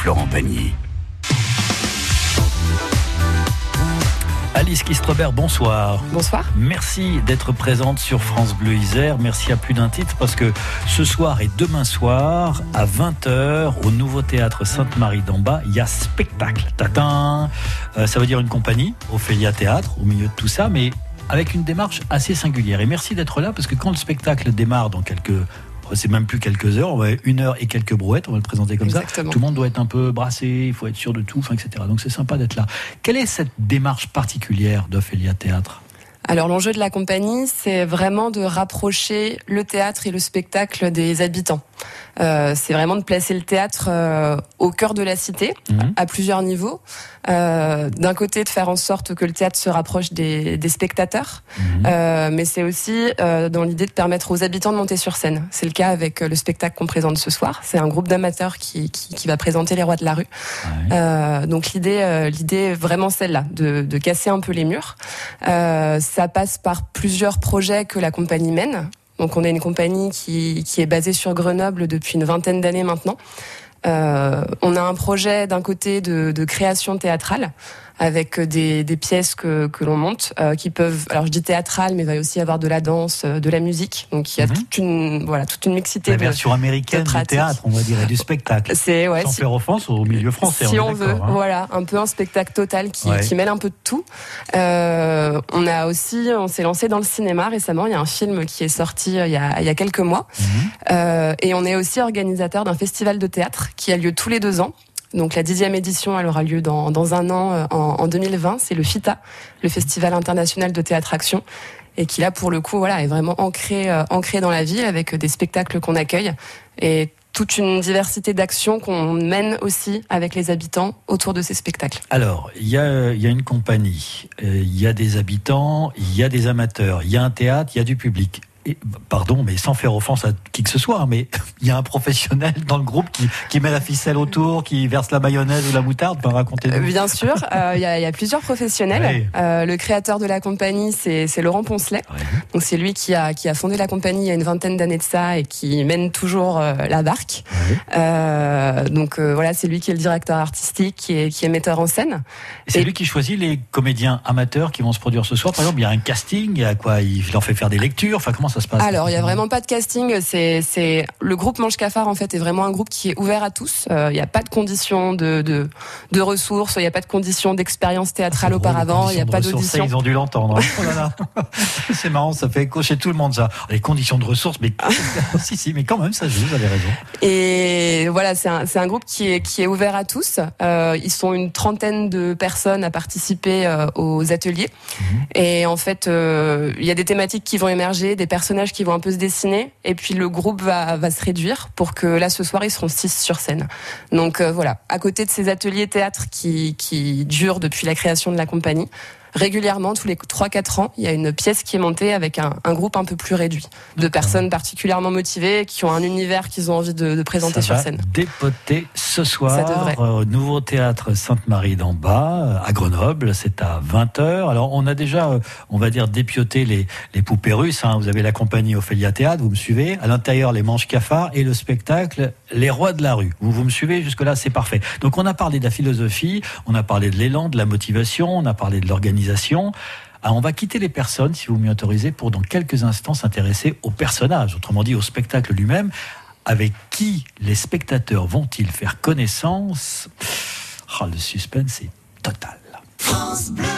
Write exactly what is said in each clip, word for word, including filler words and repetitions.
Florent Pagny. Alice Kistrebert, bonsoir. Bonsoir. Merci d'être présente sur France Bleu Isère. Merci à plus d'un titre parce que ce soir et demain soir à vingt heures au Nouveau Théâtre Sainte-Marie d'en Bas, il y a spectacle. Tatin. Euh, ça veut dire une compagnie, Ophélia Théâtre, au milieu de tout ça, mais avec une démarche assez singulière. Et merci d'être là parce que quand le spectacle démarre dans quelques... c'est même plus quelques heures, on va une heure et quelques brouettes, on va le présenter comme Exactement. ça. Tout le monde doit être un peu brassé, il faut être sûr de tout, enfin, et cetera. Donc c'est sympa d'être là. Quelle est cette démarche particulière d'Ophélia Théâtre ? Alors l'enjeu de la compagnie, c'est vraiment de rapprocher le théâtre et le spectacle des habitants. Euh, c'est vraiment de placer le théâtre euh, au cœur de la cité, mmh. à plusieurs niveaux. Euh, d'un côté, de faire en sorte que le théâtre se rapproche des, des spectateurs, mmh. euh, mais c'est aussi euh, dans l'idée de permettre aux habitants de monter sur scène. C'est le cas avec le spectacle qu'on présente ce soir. C'est un groupe d'amateurs qui, qui, qui va présenter Les Rois de la Rue. Ouais. Euh, donc l'idée, euh, l'idée est vraiment celle-là, de, de casser un peu les murs. Euh, ça passe par plusieurs projets que la compagnie mène. Donc on est une compagnie qui, qui est basée sur Grenoble depuis une vingtaine d'années maintenant. Euh, on a un projet d'un côté de, de création théâtrale avec des, des pièces que, que l'on monte, euh, qui peuvent, alors je dis théâtrale, mais il va aussi y avoir de la danse, de la musique. Donc il y a mm-hmm. toute une, voilà, toute une mixité. La version de, américaine du théâtre, on va dire, et du spectacle. C'est, ouais, sans si, faire offense au milieu français. Si on, on veut, hein. voilà, un peu un spectacle total qui, ouais. qui mêle un peu de tout. Euh, on a aussi, on s'est lancé dans le cinéma récemment. Il y a un film qui est sorti il y a, il y a quelques mois, mm-hmm. euh, et on est aussi organisateur d'un festival de théâtre qui a lieu tous les deux ans. Donc la dixième édition, elle aura lieu dans, dans un an, en, en deux mille vingt. C'est le FITA, le Festival international de théâtre action, et qui là, pour le coup, voilà, est vraiment ancré, euh, ancré dans la ville avec des spectacles qu'on accueille et toute une diversité d'actions qu'on mène aussi avec les habitants autour de ces spectacles. Alors, il y a, y a une compagnie, il euh, y a des habitants, il y a des amateurs, il y a un théâtre, il y a du public. Et, pardon, mais sans faire offense à qui que ce soit, mais il y a un professionnel dans le groupe qui, qui met la ficelle autour, qui verse la mayonnaise ou la moutarde. Enfin, racontez-nous. Euh, bien sûr, il euh, y, y a plusieurs professionnels. Ouais. Euh, le créateur de la compagnie, c'est, c'est Laurent Poncelet. Ouais. Donc c'est lui qui a, qui a fondé la compagnie il y a une vingtaine d'années de ça et qui mène toujours euh, la barque. Ouais. Euh, donc euh, voilà, c'est lui qui est le directeur artistique, qui est, qui est metteur en scène. Et c'est et... lui qui choisit les comédiens amateurs qui vont se produire ce soir. Par exemple, il y a un casting, il y a quoi ? Il leur fait faire des lectures. Enfin, comment ça se passe ? Alors, il y a vraiment pas de casting. C'est, c'est le groupe Manche Cafard en fait est vraiment un groupe qui est ouvert à tous. Euh, il n'y a pas de conditions de, de de ressources. Il n'y a pas de conditions d'expérience théâtrale auparavant. Il n'y a pas d'audition. Ils ont dû l'entendre. Hein. Oh là là. C'est marrant, ça fait écho chez tout le monde ça. Les conditions de ressources, mais si si, mais quand même ça joue. Vous avez raison. Et voilà, c'est un c'est un groupe qui est qui est ouvert à tous. Euh, ils sont une trentaine de personnes à participer euh, aux ateliers. Mmh. Et en fait, euh, il y a des thématiques qui vont émerger, des personnages qui vont un peu se dessiner, et puis le groupe va, va se réduire pour que là ce soir ils seront six sur scène. Donc euh, voilà, à côté de ces ateliers théâtre qui, qui durent depuis la création de la compagnie, régulièrement, tous les trois quatre ans, il y a une pièce qui est montée avec un, un groupe un peu plus réduit, de D'accord. personnes particulièrement motivées, qui ont un univers qu'ils ont envie de, de présenter Ça sur va scène. Dépoter ce soir au Nouveau Théâtre Sainte-Marie d'en Bas, à Grenoble, c'est à vingt heures. Alors on a déjà, on va dire, dépioté les, les poupées russes. Hein. Vous avez la compagnie Ophélia Théâtre, vous me suivez. À l'intérieur, les Manches Cafards et le spectacle Les Rois de la Rue. Vous, vous me suivez jusque-là, c'est parfait. Donc on a parlé de la philosophie, on a parlé de l'élan, de la motivation, on a parlé de l'organisation. Alors on va quitter les personnes, si vous m'y autorisez, pour dans quelques instants s'intéresser aux personnages, autrement dit au spectacle lui-même. Avec qui les spectateurs vont-ils faire connaissance ? Oh, le suspense est total. France Bleu.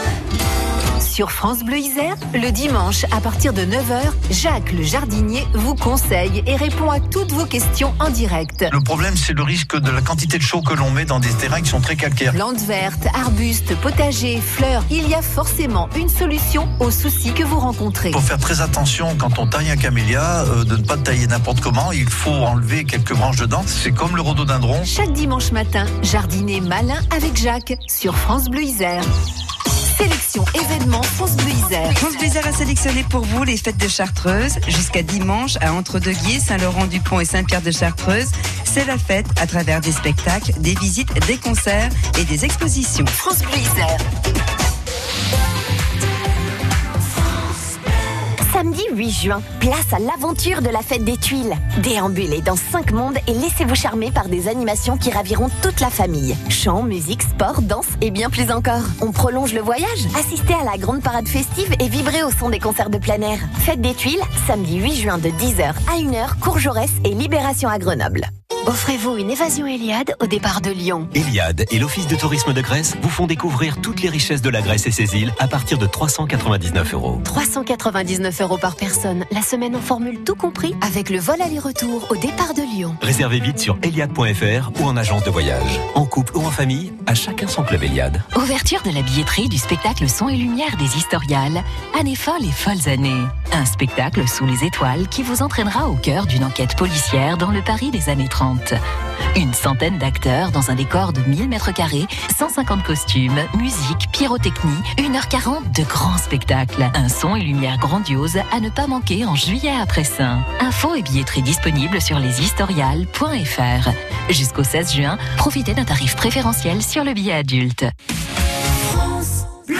Sur France Bleu Isère, le dimanche à partir de neuf heures, Jacques le jardinier vous conseille et répond à toutes vos questions en direct. Le problème, c'est le risque de la quantité de chaux que l'on met dans des terrains qui sont très calcaires. Plantes vertes, arbustes, potagers, fleurs, il y a forcément une solution aux soucis que vous rencontrez. Il faut faire très attention quand on taille un camélia, euh, de ne pas tailler n'importe comment. Il faut enlever quelques branches dedans. C'est comme le rhododendron. Chaque dimanche matin, jardiner malin avec Jacques sur France Bleu Isère. Sélection événements France Bleu Isère. France Bleu Isère a sélectionné pour vous les fêtes de Chartreuse. Jusqu'à dimanche à Entre-deux-Guiers, Saint-Laurent-du-Pont et Saint-Pierre-de-Chartreuse. C'est la fête à travers des spectacles, des visites, des concerts et des expositions. France Bleu Isère. Samedi huit juin, place à l'aventure de la fête des Tuiles. Déambulez dans cinq mondes et laissez-vous charmer par des animations qui raviront toute la famille. Chant, musique, sport, danse et bien plus encore. On prolonge le voyage, assistez à la grande parade festive et vibrez au son des concerts de plein air. Fête des Tuiles, samedi huit juin de dix heures à une heure, Cours Jaurès et Libération à Grenoble. Offrez-vous une évasion Eliade au départ de Lyon. Eliade et l'Office de tourisme de Grèce vous font découvrir toutes les richesses de la Grèce et ses îles à partir de trois cent quatre-vingt-dix-neuf euros. trois cent quatre-vingt-dix-neuf euros par personne. La semaine en formule tout compris avec le vol aller-retour au départ de Lyon. Réservez vite sur eliade point f r ou en agence de voyage. En couple ou en famille, à chacun son club Eliade. Ouverture de la billetterie du spectacle Son et Lumière des Historiales. Années folles et folles années. Un spectacle sous les étoiles qui vous entraînera au cœur d'une enquête policière dans le Paris des années trente. Une centaine d'acteurs dans un décor de mille mètres carrés, cent cinquante costumes, musique, pyrotechnie, une heure quarante de grands spectacles. Un son et lumière grandiose à ne pas manquer en juillet à Pressin. Infos et billetterie disponibles sur leshistoriales point f r. Jusqu'au seize juin, profitez d'un tarif préférentiel sur le billet adulte. France Bleu,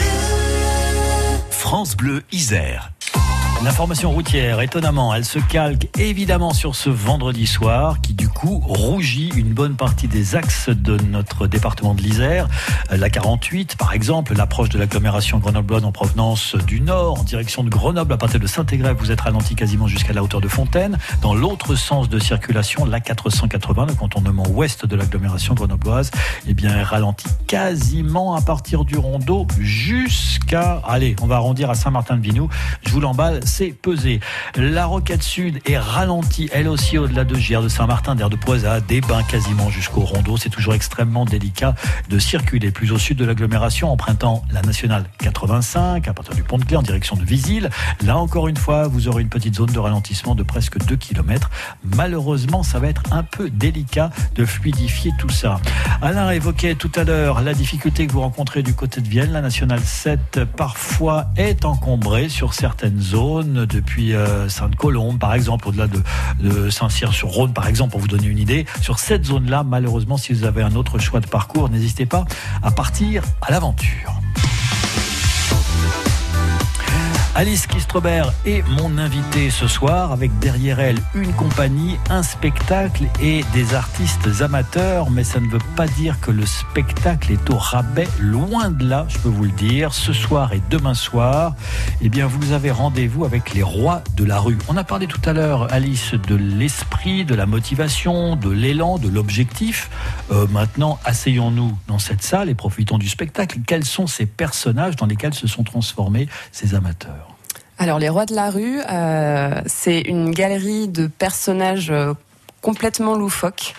France Bleu Isère. L'information routière, étonnamment, elle se calque évidemment sur ce vendredi soir qui du coup rougit une bonne partie des axes de notre département de l'Isère. La quarante-huit par exemple, l'approche de l'agglomération grenobloise en provenance du nord en direction de Grenoble à partir de Saint-Égrève, vous êtes ralenti quasiment jusqu'à la hauteur de Fontaine. Dans l'autre sens de circulation, la quatre cent quatre-vingts, le contournement ouest de l'agglomération grenobloise, eh bien est ralenti quasiment à partir du Rondeau jusqu'à, allez, on va arrondir à Saint-Martin-de-Vinou. Je vous l'emballe, c'est pesé. La Rocade Sud est ralentie, elle aussi au-delà de Giers, de Saint-Martin, d'Air de Poisa, des Bains quasiment jusqu'au Rondeau. C'est toujours extrêmement délicat de circuler plus au sud de l'agglomération, empruntant la nationale quatre-vingt-cinq à partir du Pont de Clé en direction de Visil. Là encore une fois, vous aurez une petite zone de ralentissement de presque deux kilomètres. Malheureusement, ça va être un peu délicat de fluidifier tout ça. Alain évoquait tout à l'heure la difficulté que vous rencontrez du côté de Vienne. La nationale sept parfois est encombrée sur certaines zones, depuis euh, Sainte-Colombe par exemple, au-delà de, de Saint-Cyr-sur-Rhône par exemple, pour vous donner une idée. Sur cette zone-là, malheureusement, si vous avez un autre choix de parcours, n'hésitez pas à partir à l'aventure. Alice Kistrobert est mon invitée ce soir, avec derrière elle une compagnie, un spectacle et des artistes amateurs, mais ça ne veut pas dire que le spectacle est au rabais, loin de là, je peux vous le dire. Ce soir et demain soir, eh bien vous avez rendez-vous avec les rois de la rue. On a parlé tout à l'heure, Alice, de l'esprit, de la motivation, de l'élan, de l'objectif. Euh, maintenant, asseyons-nous dans cette salle et profitons du spectacle. Quels sont ces personnages dans lesquels se sont transformés ces amateurs ? Alors, les Rois de la rue, euh, c'est une galerie de personnages euh, complètement loufoques.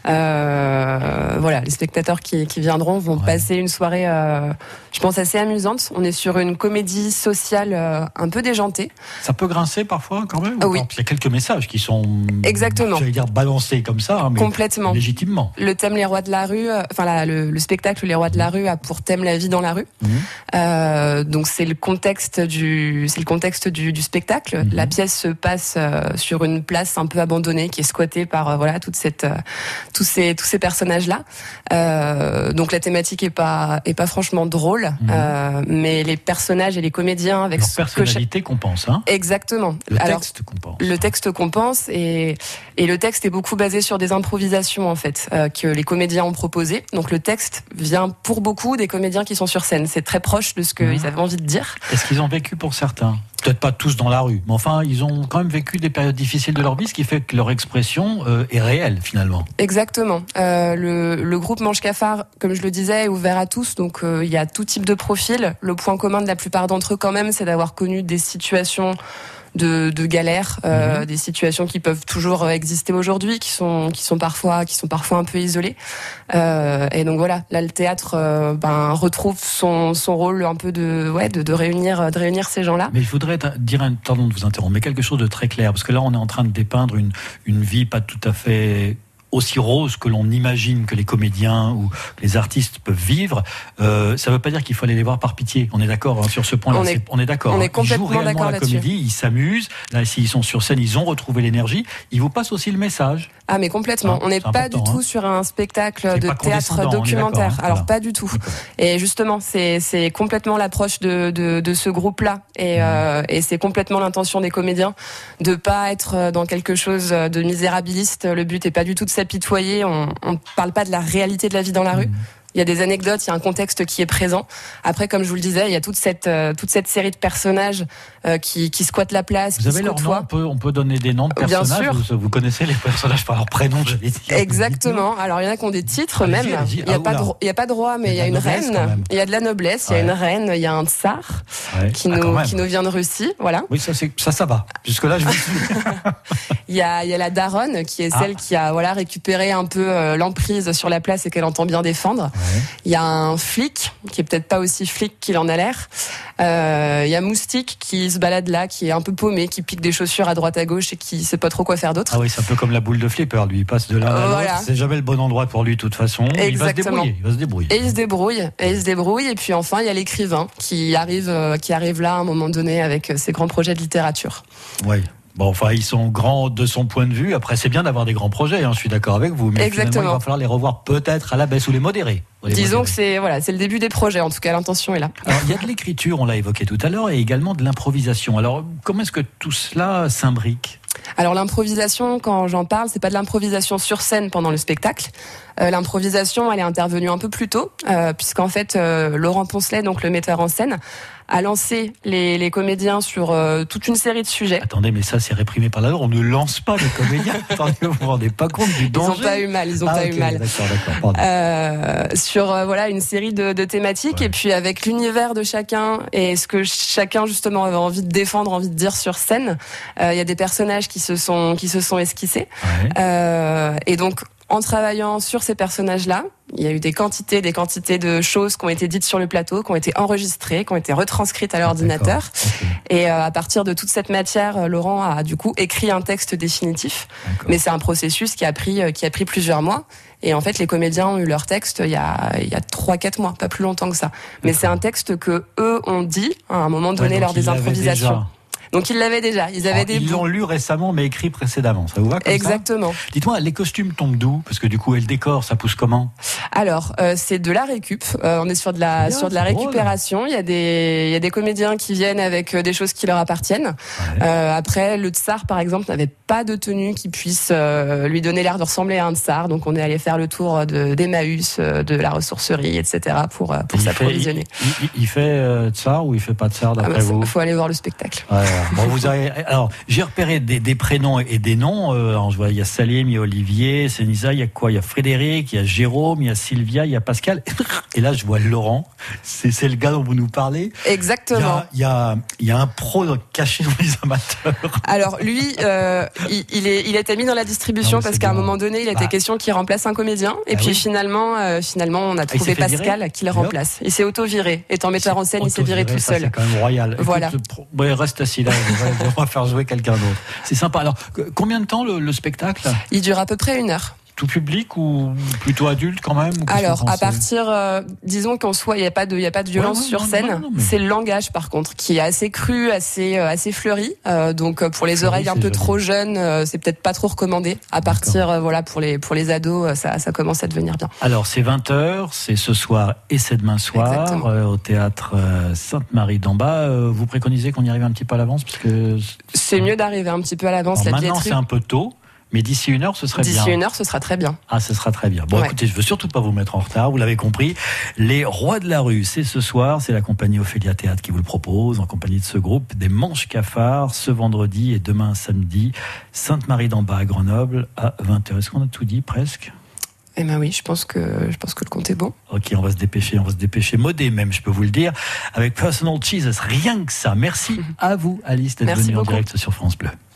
Euh, voilà, les spectateurs qui, qui viendront vont ouais. passer une soirée, euh, je pense, assez amusante. On est sur une comédie sociale euh, un peu déjantée. Ça peut grincer parfois quand même. Ah oui. Il y a quelques messages qui sont, exactement, j'allais dire balancés comme ça, hein, mais complètement, légitimement. Le thème Les Rois de la rue, euh, enfin la, le, le spectacle Les Rois de la rue a pour thème la vie dans la rue. Mmh. Euh, donc c'est le contexte du, c'est le contexte du, du spectacle. Mmh. La pièce se passe euh, sur une place un peu abandonnée qui est squattée par euh, voilà toute cette, euh, tous ces tous ces personnages là. Euh, donc la thématique est pas est pas franchement drôle, mmh. euh, mais les personnages et les comédiens avec leur personnalité compense, hein. Exactement. Le Alors, texte compense. Le texte compense et et le texte est beaucoup basé sur des improvisations en fait euh, que les comédiens ont proposées. Donc le texte vient pour beaucoup des comédiens qui sont sur scène. C'est très proche de ce qu'ils mmh. avaient envie de dire. Est-ce qu'ils ont vécu pour certains? Peut-être pas tous dans la rue, mais enfin, ils ont quand même vécu des périodes difficiles de leur vie, ce qui fait que leur expression euh, est réelle, finalement. Exactement. Euh, le, le groupe Manche Cafard, comme je le disais, est ouvert à tous, donc euh, il y a tout type de profil. Le point commun de la plupart d'entre eux, quand même, c'est d'avoir connu des situations de, de galère, euh, mmh. des situations qui peuvent toujours exister aujourd'hui, qui sont qui sont parfois qui sont parfois un peu isolées. Euh, et donc voilà, là le théâtre euh, ben retrouve son son rôle un peu de ouais de, de réunir de réunir ces gens-là. Mais je voudrais dire un pardon de vous interrompre, mais quelque chose de très clair, parce que là on est en train de dépeindre une une vie pas tout à fait aussi rose que l'on imagine que les comédiens ou que les artistes peuvent vivre, euh, ça ne veut pas dire qu'il faut aller les voir par pitié. On est d'accord hein, sur ce point-là. On est, on est d'accord. On hein. est complètement ils jouent réellement d'accord la là-dessus. comédie, ils s'amusent. Là, s'ils sont sur scène, ils ont retrouvé l'énergie. Ils vous passent aussi le message. Ah mais complètement. Hein, on n'est pas important, du tout hein. sur un spectacle C'est de pas théâtre documentaire. Hein, Alors voilà. Pas du tout. D'accord. Et justement, c'est c'est complètement l'approche de de, de ce groupe-là. Et mmh. euh, et c'est complètement l'intention des comédiens de pas être dans quelque chose de misérabiliste. Le but est pas du tout de s'apitoyer. On on parle pas de la réalité de la vie dans la rue. Mmh. Il y a des anecdotes, il y a un contexte qui est présent. Après, comme je vous le disais, il y a toute cette euh, toute cette série de personnages euh, qui qui squattent la place. Vous avez leurs noms, on peut on peut donner des noms de personnages. Bien sûr. Vous, vous connaissez les personnages par leur prénom, j'allais dire. Exactement. Alors il y en a qui ont des titres même. Il y a ah, pas de, il y a pas de roi, mais il y a, il y a une reine. Il y a de la noblesse. Ouais. Il y a une reine. Il y a un tsar ouais. qui ah, nous qui nous vient de Russie. Voilà. Oui, ça c'est ça ça va. Jusque là, je vous suis. Il y a il y a la daronne qui est celle ah. qui a voilà récupéré un peu euh, l'emprise sur la place et qu'elle entend bien défendre. Ouais. Il y a un flic qui est peut-être pas aussi flic qu'il en a l'air. Euh, il y a Moustique qui se balade là, qui est un peu paumé, qui pique des chaussures à droite à gauche et qui sait pas trop quoi faire d'autre. Ah oui, c'est un peu comme la boule de flipper. Lui, il passe de l'un à voilà. l'autre. C'est jamais le bon endroit pour lui, de toute façon. Exactement. Il va se débrouiller. Il va se débrouiller. Et il se débrouille. Et il se débrouille. Et puis enfin, il y a l'écrivain qui arrive, euh, qui arrive là à un moment donné avec ses grands projets de littérature. Oui. Bon, enfin, ils sont grands de son point de vue. Après, c'est bien d'avoir des grands projets, hein, je suis d'accord avec vous. Mais exactement. Il va falloir les revoir peut-être à la baisse ou les modérer. Les Disons modérer. que c'est, voilà, c'est le début des projets, en tout cas, l'intention est là. Alors, il y a de l'écriture, on l'a évoqué tout à l'heure, et également de l'improvisation. Alors, comment est-ce que tout cela s'imbrique ? Alors l'improvisation, quand j'en parle, c'est pas de l'improvisation sur scène pendant le spectacle. Euh, l'improvisation, elle est intervenue un peu plus tôt, euh, puisqu'en fait, euh, Laurent Poncelet, donc le metteur en scène, a lancé les, les comédiens sur euh, toute une série de sujets. Attendez, mais ça, c'est réprimé par la loi. On ne lance pas les comédiens. Attendez, vous vous rendez pas compte du danger. Ils ont pas eu mal. Ils ont ah, pas okay, eu mal. D'accord, d'accord. Pardon. Euh, sur euh, voilà une série de, de thématiques ouais. Et puis avec l'univers de chacun et ce que chacun justement avait envie de défendre, envie de dire sur scène. Il euh, y a des personnages qui se sont qui se sont esquissés. Ouais. Euh, et donc en travaillant sur ces personnages-là, il y a eu des quantités, des quantités de choses qui ont été dites sur le plateau, qui ont été enregistrées, qui ont été retranscrites à l'ordinateur. Okay. Et euh, à partir de toute cette matière, Laurent a du coup écrit un texte définitif. Mais c'est un processus qui a pris, qui a pris plusieurs mois. Et en fait, les comédiens ont eu leur texte il y a, il y a trois, quatre mois, pas plus longtemps que ça. Mais c'est un texte que eux ont dit à un moment donné ouais, lors des improvisations. Déjà. Donc ils l'avaient déjà, ils avaient oh, des Ils l'ont lu récemment mais écrit précédemment, ça vous va comme Exactement. ça Dites-moi, les costumes tombent d'où ? Parce que du coup, et le décor, ça pousse comment ? Alors, euh, c'est de la récup, euh, on est sur de la, bien, sur de la récupération, il y a des, il y a des comédiens qui viennent avec des choses qui leur appartiennent. Ouais. Euh, après, le tsar par exemple n'avait pas de tenue qui puisse euh, lui donner l'air de ressembler à un tsar, donc on est allé faire le tour de, d'Emmaüs, de la ressourcerie, et cetera pour, pour s'approvisionner. Il, il, il fait euh, tsar ou il fait pas tsar d'après ah bah, vous ? Il faut aller voir le spectacle. Ouais. Bon, vous avez, alors, j'ai repéré des, des prénoms et des noms. Euh, alors, je vois, il y a Salim, il y a Olivier, Senisa, il y a quoi ? Il y a Frédéric, il y a Jérôme, il y a Sylvia, il y a Pascal. Et là, je vois Laurent. C'est, c'est le gars dont vous nous parlez. Exactement. Il y a, il y a, il y a un pro caché dans les amateurs. Alors, lui, euh, il, il, est, il a été mis dans la distribution non, parce qu'à bien. un moment donné, il a été bah. question qu'il remplace un comédien. Et ah, puis oui. finalement, euh, finalement, on a trouvé Pascal qui le remplace. Il s'est auto-viré. Étant metteur en scène, il s'est viré tout ça, seul. C'est quand même royal. Voilà. Écoute, ouais, reste assis là. On va faire jouer quelqu'un d'autre. C'est sympa. Alors, combien de temps le, le spectacle ? Il dure à peu près une heure. Tout public ou plutôt adulte quand même ? Alors, à partir, euh, disons qu'en soi, il n'y a pas de, il y a pas de violence ouais, ouais, sur non, scène. Non, non, mais... C'est le langage, par contre, qui est assez cru, assez, euh, assez fleuri. Euh, donc, pour les fleuri, oreilles un peu joli. Trop jeunes, euh, c'est peut-être pas trop recommandé. À partir, euh, voilà, pour les, pour les ados, ça, ça commence à devenir bien. Alors, c'est vingt heures, c'est ce soir et c'est demain soir, euh, au théâtre euh, Sainte-Marie d'en Bas. Euh, vous préconisez qu'on y arrive un petit peu à l'avance, parce que c'est mieux d'arriver un petit peu à l'avance. Alors, la maintenant, billetterie... c'est un peu tôt. Mais d'ici une heure, ce serait d'ici bien. D'ici une heure, ce sera très bien. Ah, ce sera très bien. Bon, ouais. Écoutez, je veux surtout pas vous mettre en retard, vous l'avez compris. Les Rois de la Rue, c'est ce soir, c'est la compagnie Ophélia Théâtre qui vous le propose, en compagnie de ce groupe, des Manches Cafards, ce vendredi et demain samedi, Sainte-Marie d'en Bas à Grenoble, à vingt heures. Est-ce qu'on a tout dit, presque ? Eh ben oui, je pense que je pense que le compte est bon. Ok, on va se dépêcher, on va se dépêcher, modé même, je peux vous le dire, avec Personal Jesus, rien que ça. Merci à vous, Alice, d'être venue en direct sur France Bleu.